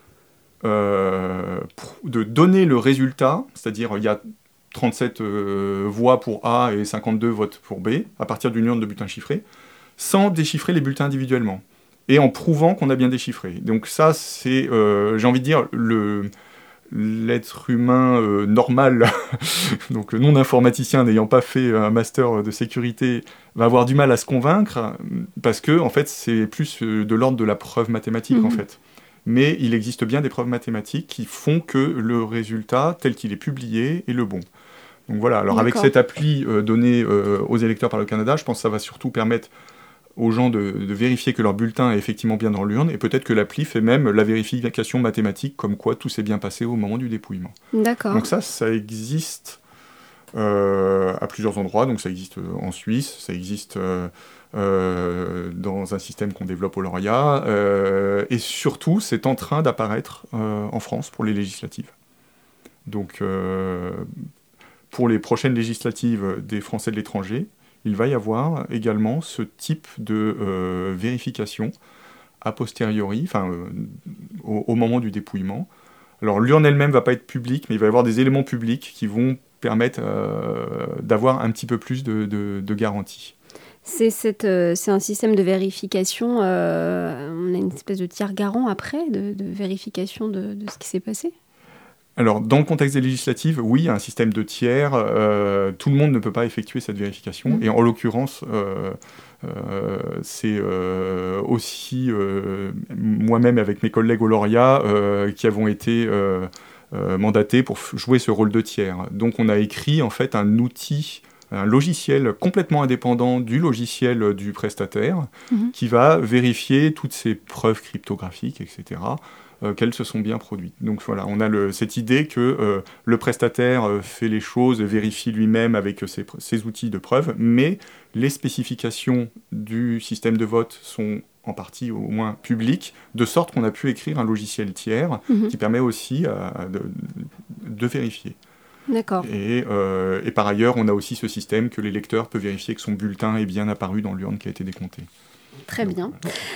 euh, de donner le résultat, c'est-à-dire il y a trente-sept euh, voix pour A et cinquante-deux votes pour B, à partir d'une urne de bulletins chiffrés, sans déchiffrer les bulletins individuellement, et en prouvant qu'on a bien déchiffré. Donc ça, c'est, euh, j'ai envie de dire, le... l'être humain euh, normal, donc non informaticien n'ayant pas fait un master de sécurité, va avoir du mal à se convaincre, parce que en fait, c'est plus de l'ordre de la preuve mathématique, mmh. en fait. Mais il existe bien des preuves mathématiques qui font que le résultat, tel qu'il est publié, est le bon. Donc voilà, alors D'accord. avec cette appli euh, donnée euh, aux électeurs par le Canada, je pense que ça va surtout permettre aux gens de, de vérifier que leur bulletin est effectivement bien dans l'urne, et peut-être que l'appli fait même la vérification mathématique, comme quoi tout s'est bien passé au moment du dépouillement. D'accord. Donc ça, ça existe euh, à plusieurs endroits. Donc ça existe en Suisse, ça existe euh, euh, dans un système qu'on développe au Lauréat, euh, et surtout, c'est en train d'apparaître euh, en France pour les législatives. Donc, euh, pour les prochaines législatives des Français de l'étranger, il va y avoir également ce type de euh, vérification a posteriori, enfin, euh, au, au moment du dépouillement. Alors, l'urne elle-même ne va pas être publique, mais il va y avoir des éléments publics qui vont permettre euh, d'avoir un petit peu plus de, de, de garantie. C'est, cette, euh, c'est un système de vérification, euh, on a une espèce de tiers garant après, de, de vérification de, de ce qui s'est passé ? Alors, dans le contexte des législatives, oui, un système de tiers, euh, tout le monde ne peut pas effectuer cette vérification. Mmh. Et en l'occurrence, euh, euh, c'est euh, aussi euh, moi-même avec mes collègues au lauréat euh, qui avons été euh, euh, mandatés pour f- jouer ce rôle de tiers. Donc, on a écrit en fait un outil, un logiciel complètement indépendant du logiciel du prestataire mmh. qui va vérifier toutes ces preuves cryptographiques, et cetera, Euh, qu'elles se sont bien produites. Donc voilà, on a le, cette idée que euh, le prestataire euh, fait les choses, vérifie lui-même avec euh, ses, ses outils de preuve, mais les spécifications du système de vote sont en partie au moins publiques, de sorte qu'on a pu écrire un logiciel tiers mmh. qui permet aussi euh, de, de vérifier. D'accord. Et, euh, et par ailleurs, on a aussi ce système que l'électeur peut vérifier que son bulletin est bien apparu dans l'urne qui a été décomptée. Très bien.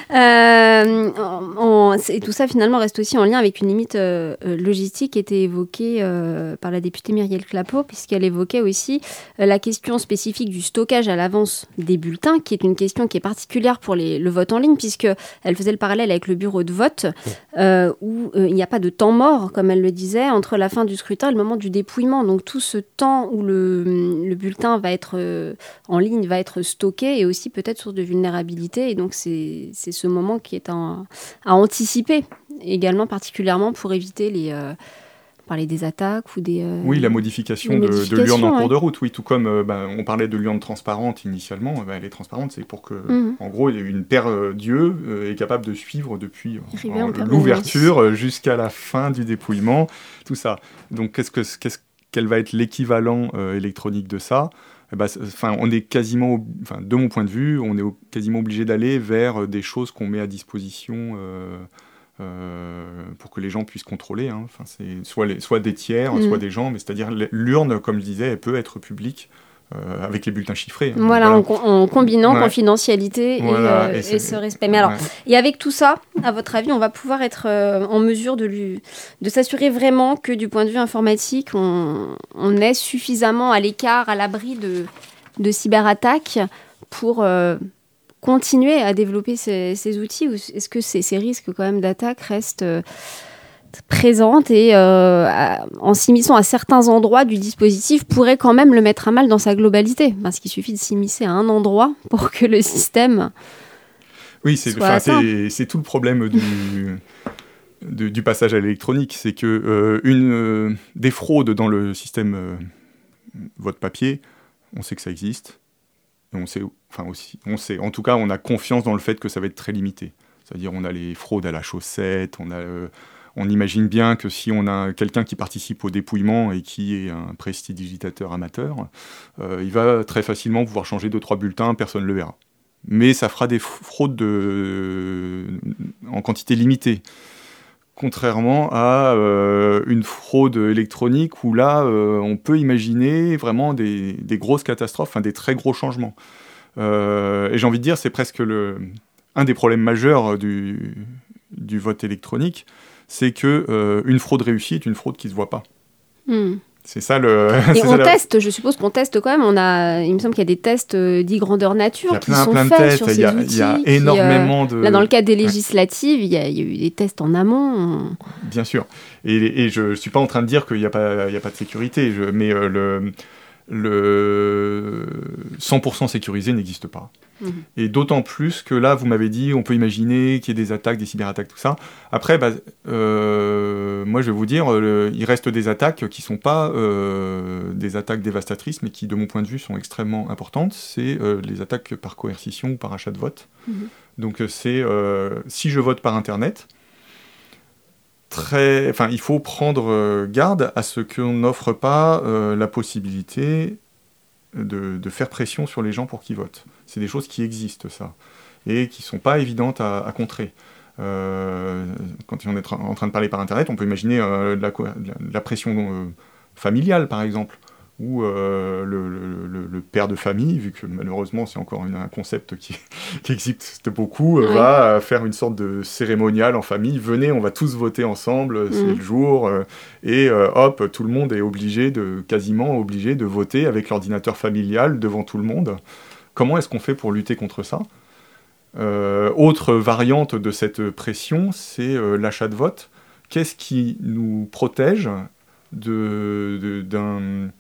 Euh, on, on, et tout ça, finalement, reste aussi en lien avec une limite euh, logistique qui était évoquée euh, par la députée Myriel Clapeau, puisqu'elle évoquait aussi euh, la question spécifique du stockage à l'avance des bulletins, qui est une question qui est particulière pour les, le vote en ligne, puisqu'elle faisait le parallèle avec le bureau de vote, euh, où euh, il n'y a pas de temps mort, comme elle le disait, entre la fin du scrutin et le moment du dépouillement. Donc tout ce temps où le, le bulletin va être euh, en ligne va être stocké est aussi peut-être source de vulnérabilité. Et donc, c'est, c'est ce moment qui est à, à anticiper également, particulièrement pour éviter les... Euh, parler des attaques ou des... Euh, oui, la modification, de, de l'urne en ouais. cours de route. Oui, tout comme euh, ben, on parlait de l'urne transparente initialement, ben, elle est transparente, c'est pour que, mmh. en gros, une paire euh, d'yeux euh, est capable de suivre depuis euh, en, l'ouverture jusqu'à la fin du dépouillement, tout ça. Donc, qu'est-ce que, qu'est-ce, quel va être l'équivalent euh, électronique de ça ? Bah, enfin, on est quasiment, enfin, de mon point de vue, on est au, quasiment obligé d'aller vers des choses qu'on met à disposition euh, euh, pour que les gens puissent contrôler. Hein. Enfin, c'est soit, les, soit des tiers, mmh. soit des gens, mais c'est-à-dire l'urne, comme je disais, elle peut être publique euh, avec les bulletins chiffrés. Hein. Voilà, voilà. En, en combinant ouais. confidentialité voilà, et, euh, et, et ce respect. Mais alors, ouais. et avec tout ça, à votre avis, on va pouvoir être euh, en mesure de, lui, de s'assurer vraiment que du point de vue informatique, on, on est suffisamment à l'écart, à l'abri de, de cyberattaques pour euh, continuer à développer ces, ces outils, ou est-ce que ces, ces risques quand même d'attaque restent euh, présentes et euh, à, en s'immisçant à certains endroits du dispositif pourrait quand même le mettre à mal dans sa globalité, parce qu'il suffit de s'immiscer à un endroit pour que le système oui, c'est, soit c'est, c'est tout le problème du, de, du passage à l'électronique, c'est que euh, une, euh, des fraudes dans le système euh, vote papier, on sait que ça existe, et on sait, enfin aussi, on sait, en tout cas, on a confiance dans le fait que ça va être très limité. C'est-à-dire, on a les fraudes à la chaussette, on a euh, on imagine bien que si on a quelqu'un qui participe au dépouillement et qui est un prestidigitateur amateur, euh, il va très facilement pouvoir changer deux, trois bulletins, personne ne le verra. Mais ça fera des fraudes de... en quantité limitée. Contrairement à euh, une fraude électronique où là, euh, on peut imaginer vraiment des, des grosses catastrophes, enfin, des très gros changements. Euh, et j'ai envie de dire, c'est presque le, un des problèmes majeurs du, du vote électronique, c'est qu'une euh, fraude réussie est une fraude qui ne se voit pas. Mm. C'est ça le... Et c'est on ça, teste, la... je suppose qu'on teste quand même. On a, il me semble qu'il y a des tests euh, dits grandeur nature qui plein, sont plein faits tests, sur ces y a, outils. Il y a énormément qui, euh, de... Là, dans le cas des législatives, il y, il y a eu des tests en amont. On... Bien sûr. Et, et je ne suis pas en train de dire qu'il n'y a, a pas de sécurité, je, mais euh, le, le cent pour cent sécurisé n'existe pas. Mmh. Et d'autant plus que là, vous m'avez dit, on peut imaginer qu'il y ait des attaques, des cyberattaques, tout ça. Après, bah, euh, moi, je vais vous dire, le, il reste des attaques qui ne sont pas euh, des attaques dévastatrices, mais qui, de mon point de vue, sont extrêmement importantes. C'est euh, les attaques par coercition ou par achat de vote. Mmh. Donc, c'est euh, si je vote par Internet, très, enfin, il faut prendre garde à ce qu'on n'offre pas euh, la possibilité de, de faire pression sur les gens pour qu'ils votent. C'est des choses qui existent, ça, et qui ne sont pas évidentes à, à contrer. Euh, quand on est en train de parler par Internet, on peut imaginer euh, de, la, de la pression euh, familiale, par exemple, où euh, le, le, le père de famille, vu que malheureusement c'est encore une, un concept qui, qui existe beaucoup, euh, oui. va faire une sorte de cérémonial en famille. Venez, on va tous voter ensemble, mmh. c'est le jour, euh, et euh, hop, tout le monde est obligé de, quasiment obligé de voter avec l'ordinateur familial devant tout le monde. Comment est-ce qu'on fait pour lutter contre ça ? euh, Autre variante de cette pression, c'est euh, l'achat de vote. Qu'est-ce qui nous protège de, de, d'un,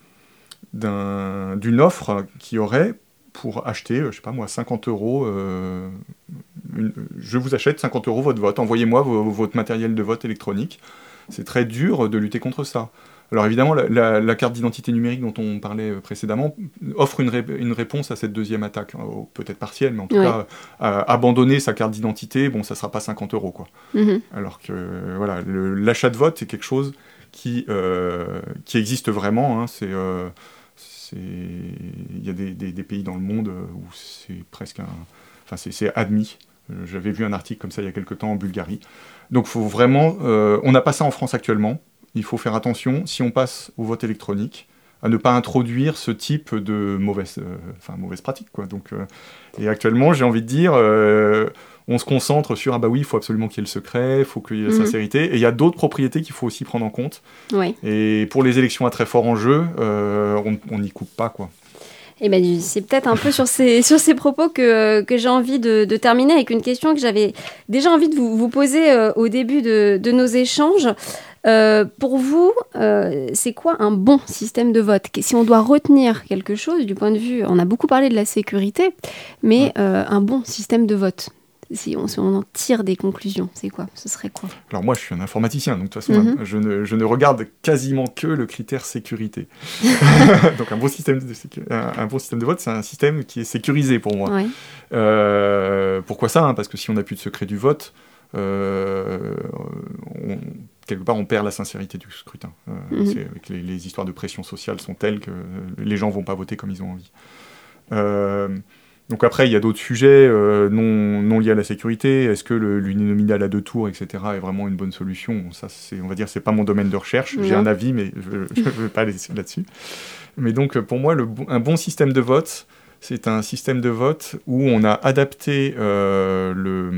d'un, d'une offre qui aurait pour acheter, je sais pas moi, cinquante euros, euh, une, je vous achète cinquante euros votre vote, envoyez-moi vos, votre matériel de vote électronique. C'est très dur de lutter contre ça. Alors évidemment, la, la, la carte d'identité numérique dont on parlait précédemment offre une, ré, une réponse à cette deuxième attaque, hein, peut-être partielle, mais en tout ouais. cas, euh, abandonner sa carte d'identité, bon, ça ne sera pas cinquante euros, quoi. Mm-hmm. Alors que voilà, le, l'achat de vote, c'est quelque chose qui, euh, qui existe vraiment. Hein, c'est, euh, c'est, il y a des, des, des pays dans le monde où c'est presque un, enfin, c'est, c'est admis. J'avais vu un article comme ça il y a quelque temps en Bulgarie. Donc, faut vraiment, euh, on n'a pas ça en France actuellement. Il faut faire attention, si on passe au vote électronique, à ne pas introduire ce type de mauvaise, euh, enfin, mauvaise pratique, quoi. Donc, euh, et actuellement, j'ai envie de dire, euh, on se concentre sur, ah bah oui, il faut absolument qu'il y ait le secret, il faut qu'il y ait la mmh. sincérité, et il y a d'autres propriétés qu'il faut aussi prendre en compte. Oui. Et pour les élections à très fort enjeu, euh, on n'y coupe pas, quoi. Et ben, c'est peut-être un peu sur ces, sur ces propos que, que j'ai envie de, de terminer avec une question que j'avais déjà envie de vous, vous poser euh, au début de, de nos échanges. Euh, pour vous, euh, c'est quoi un bon système de vote ? Si on doit retenir quelque chose du point de vue, on a beaucoup parlé de la sécurité, mais euh, un bon système de vote, si on, si on en tire des conclusions, c'est quoi ? Ce serait quoi ? Alors moi, je suis un informaticien, donc de toute façon, mm-hmm. je, ne, je ne regarde quasiment que le critère sécurité. Donc un bon, système de, un, un bon système de vote, c'est un système qui est sécurisé pour moi. Ouais. Euh, pourquoi ça, hein ? Parce que si on n'a plus de secret du vote, euh, on, quelque part, on perd la sincérité du scrutin. Euh, mm-hmm. c'est, avec les, les histoires de pression sociale sont telles que les gens ne vont pas voter comme ils ont envie. Euh, Donc après, il y a d'autres sujets euh, non, non liés à la sécurité. Est-ce que le, l'uninominal à deux tours, et cetera, est vraiment une bonne solution ? Ça, c'est, on va dire, c'est pas mon domaine de recherche. Non. J'ai un avis, mais je ne veux pas aller là-dessus. Mais donc, pour moi, le, un bon système de vote, c'est un système de vote où on a adapté euh, le,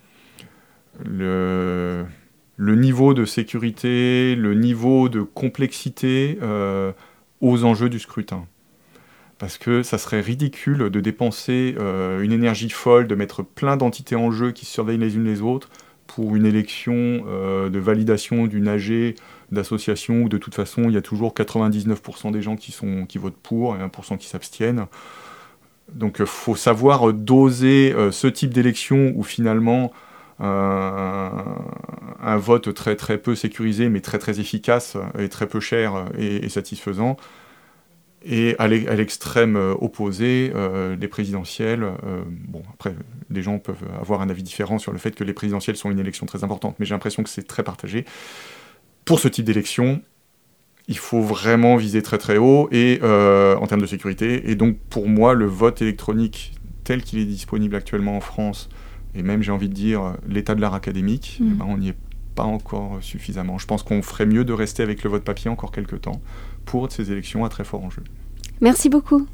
le, le niveau de sécurité, le niveau de complexité euh, aux enjeux du scrutin. Parce que ça serait ridicule de dépenser euh, une énergie folle, de mettre plein d'entités en jeu qui se surveillent les unes les autres pour une élection euh, de validation d'une A G, d'association, où de toute façon, il y a toujours quatre-vingt-dix-neuf pour cent des gens qui, sont, qui votent pour et un pour cent qui s'abstiennent. Donc il faut savoir doser euh, ce type d'élection où finalement euh, un vote très, très peu sécurisé, mais très, très efficace et très peu cher et, et satisfaisant. Et à l'extrême opposé, euh, les présidentielles, euh, bon, après, les gens peuvent avoir un avis différent sur le fait que les présidentielles sont une élection très importante, mais j'ai l'impression que c'est très partagé. Pour ce type d'élection, il faut vraiment viser très très haut et, euh, en termes de sécurité. Et donc, pour moi, le vote électronique tel qu'il est disponible actuellement en France, et même, j'ai envie de dire, l'état de l'art académique, mmh. eh ben, on n'y est pas encore suffisamment. Je pense qu'on ferait mieux de rester avec le vote papier encore quelques temps pour ces élections à très fort enjeu. Merci beaucoup.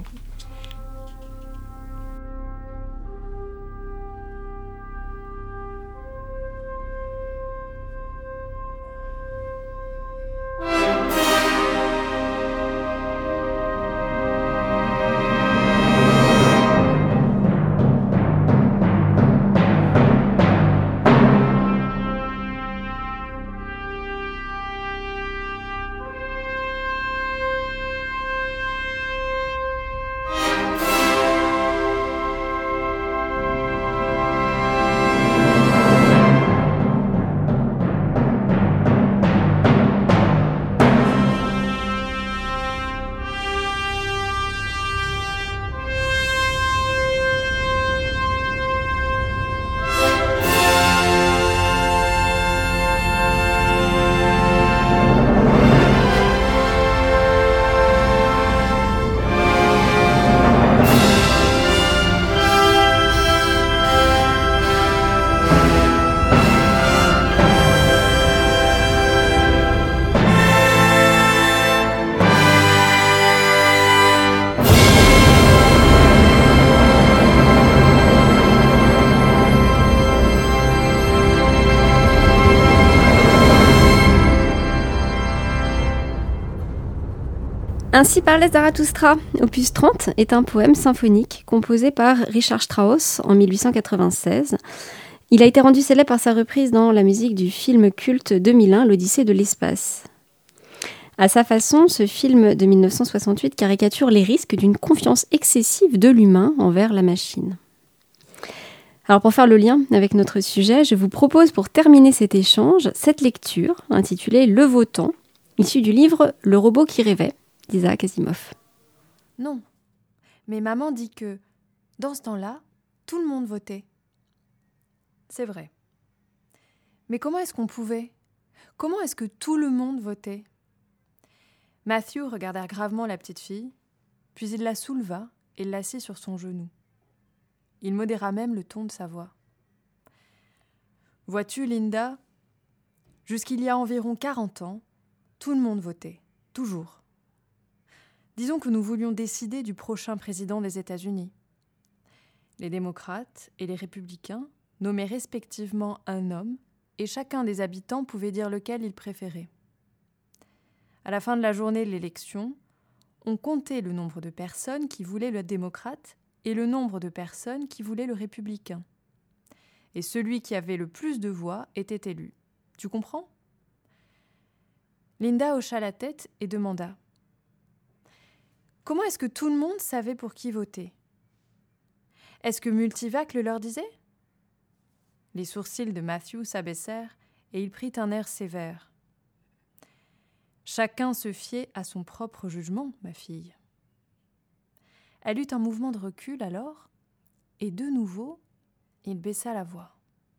Ainsi parlait Zarathustra, opus trente, est un poème symphonique composé par Richard Strauss en mille huit cent quatre-vingt-seize. Il a été rendu célèbre par sa reprise dans la musique du film culte deux mille un, L'Odyssée de l'espace. À sa façon, ce film de dix-neuf cent soixante-huit caricature les risques d'une confiance excessive de l'humain envers la machine. Alors pour faire le lien avec notre sujet, je vous propose pour terminer cet échange cette lecture intitulée « Le votant », issue du livre « Le robot qui rêvait » d'Isaac Asimov. Non, mais maman dit que, dans ce temps-là, tout le monde votait. C'est vrai. Mais comment est-ce qu'on pouvait ? Comment est-ce que tout le monde votait ? Matthew regarda gravement la petite fille, puis il la souleva et l'assit sur son genou. Il modéra même le ton de sa voix. « Vois-tu, Linda, jusqu'il y a environ quarante ans, tout le monde votait, toujours. Disons que nous voulions décider du prochain président des États-Unis. Les démocrates et les républicains nommaient respectivement un homme et chacun des habitants pouvait dire lequel il préférait. À la fin de la journée de l'élection, on comptait le nombre de personnes qui voulaient le démocrate et le nombre de personnes qui voulaient le républicain. Et celui qui avait le plus de voix était élu. Tu comprends ? Linda hocha la tête et demanda « Comment est-ce que tout le monde savait pour qui voter ? Est-ce que Multivac le leur disait ?» Les sourcils de Matthew s'abaissèrent et il prit un air sévère. Chacun se fiait à son propre jugement, ma fille. Elle eut un mouvement de recul alors, et de nouveau, il baissa la voix.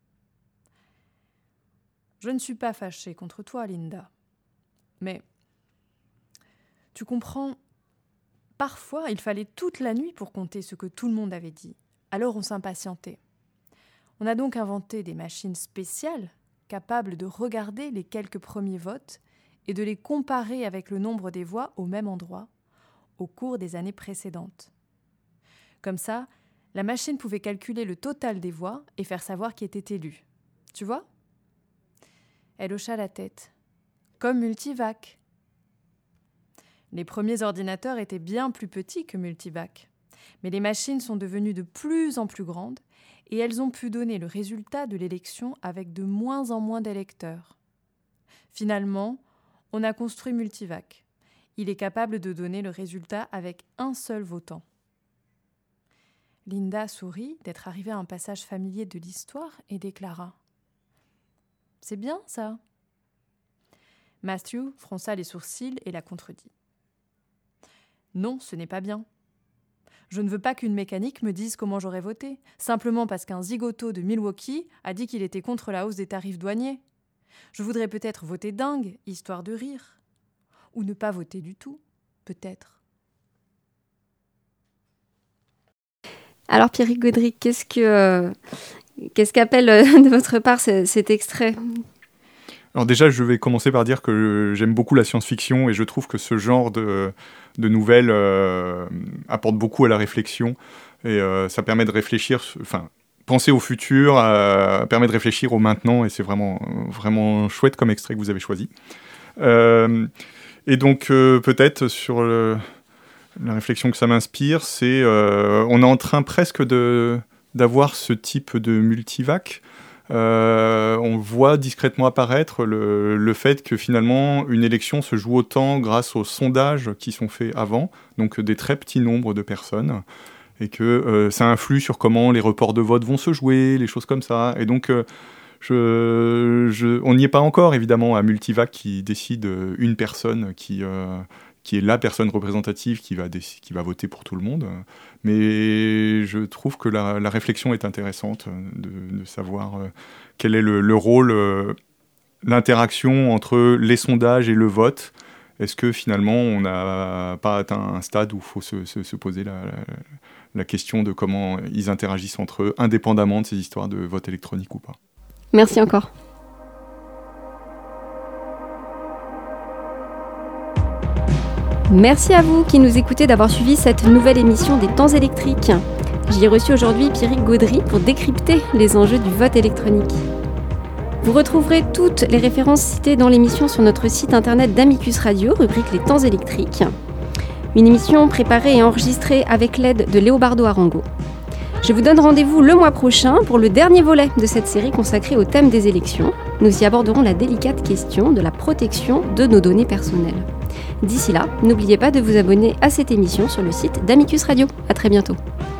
Je ne suis pas fâchée contre toi, Linda. Mais, tu comprends, parfois il fallait toute la nuit pour compter ce que tout le monde avait dit. Alors on s'impatientait. On a donc inventé des machines spéciales capables de regarder les quelques premiers votes et de les comparer avec le nombre des voix au même endroit, au cours des années précédentes. Comme ça, la machine pouvait calculer le total des voix et faire savoir qui était élu. Tu vois ? Elle hocha la tête. Comme Multivac. Les premiers ordinateurs étaient bien plus petits que Multivac, mais les machines sont devenues de plus en plus grandes et elles ont pu donner le résultat de l'élection avec de moins en moins d'électeurs. Finalement, on a construit Multivac. Il est capable de donner le résultat avec un seul votant. Linda sourit d'être arrivée à un passage familier de l'histoire et déclara « C'est bien, ça !» Matthew fronça les sourcils et la contredit. « Non, ce n'est pas bien. Je ne veux pas qu'une mécanique me dise comment j'aurais voté, simplement parce qu'un zigoto de Milwaukee a dit qu'il était contre la hausse des tarifs douaniers. Je voudrais peut-être voter dingue, histoire de rire. Ou ne pas voter du tout, peut-être. » Alors Pierrick Godric, qu'est-ce que euh, qu'est-ce qu'appelle euh, de votre part c- cet extrait ? Alors déjà, je vais commencer par dire que j'aime beaucoup la science-fiction et je trouve que ce genre de, de nouvelles euh, apporte beaucoup à la réflexion et euh, ça permet de réfléchir, enfin, penser au futur euh, permet de réfléchir au maintenant et c'est vraiment, vraiment chouette comme extrait que vous avez choisi. Euh, et donc euh, peut-être sur le... La réflexion que ça m'inspire, c'est euh, on est en train presque de, d'avoir ce type de multivac. Euh, on voit discrètement apparaître le, le fait que finalement une élection se joue autant grâce aux sondages qui sont faits avant, donc des très petits nombres de personnes, et que euh, ça influe sur comment les reports de vote vont se jouer, les choses comme ça. Et donc euh, je, je, on n'y est pas encore évidemment à multivac qui décide une personne qui... Euh, qui est la personne représentative qui va, déc- qui va voter pour tout le monde. Mais je trouve que la, la réflexion est intéressante de, de savoir euh, quel est le, le rôle, euh, l'interaction entre les sondages et le vote. Est-ce que finalement on n'a pas atteint un stade où il faut se, se, se poser la, la, la question de comment ils interagissent entre eux, indépendamment de ces histoires de vote électronique ou pas ? Merci encore. Merci à vous qui nous écoutez d'avoir suivi cette nouvelle émission des Temps électriques. J'y ai reçu aujourd'hui Pierrick Godric pour décrypter les enjeux du vote électronique. Vous retrouverez toutes les références citées dans l'émission sur notre site internet d'Amicus Radio, rubrique Les Temps électriques. Une émission préparée et enregistrée avec l'aide de Léobardo Arango. Je vous donne rendez-vous le mois prochain pour le dernier volet de cette série consacrée au thème des élections. Nous y aborderons la délicate question de la protection de nos données personnelles. D'ici là, n'oubliez pas de vous abonner à cette émission sur le site d'Amicus Radio. À très bientôt.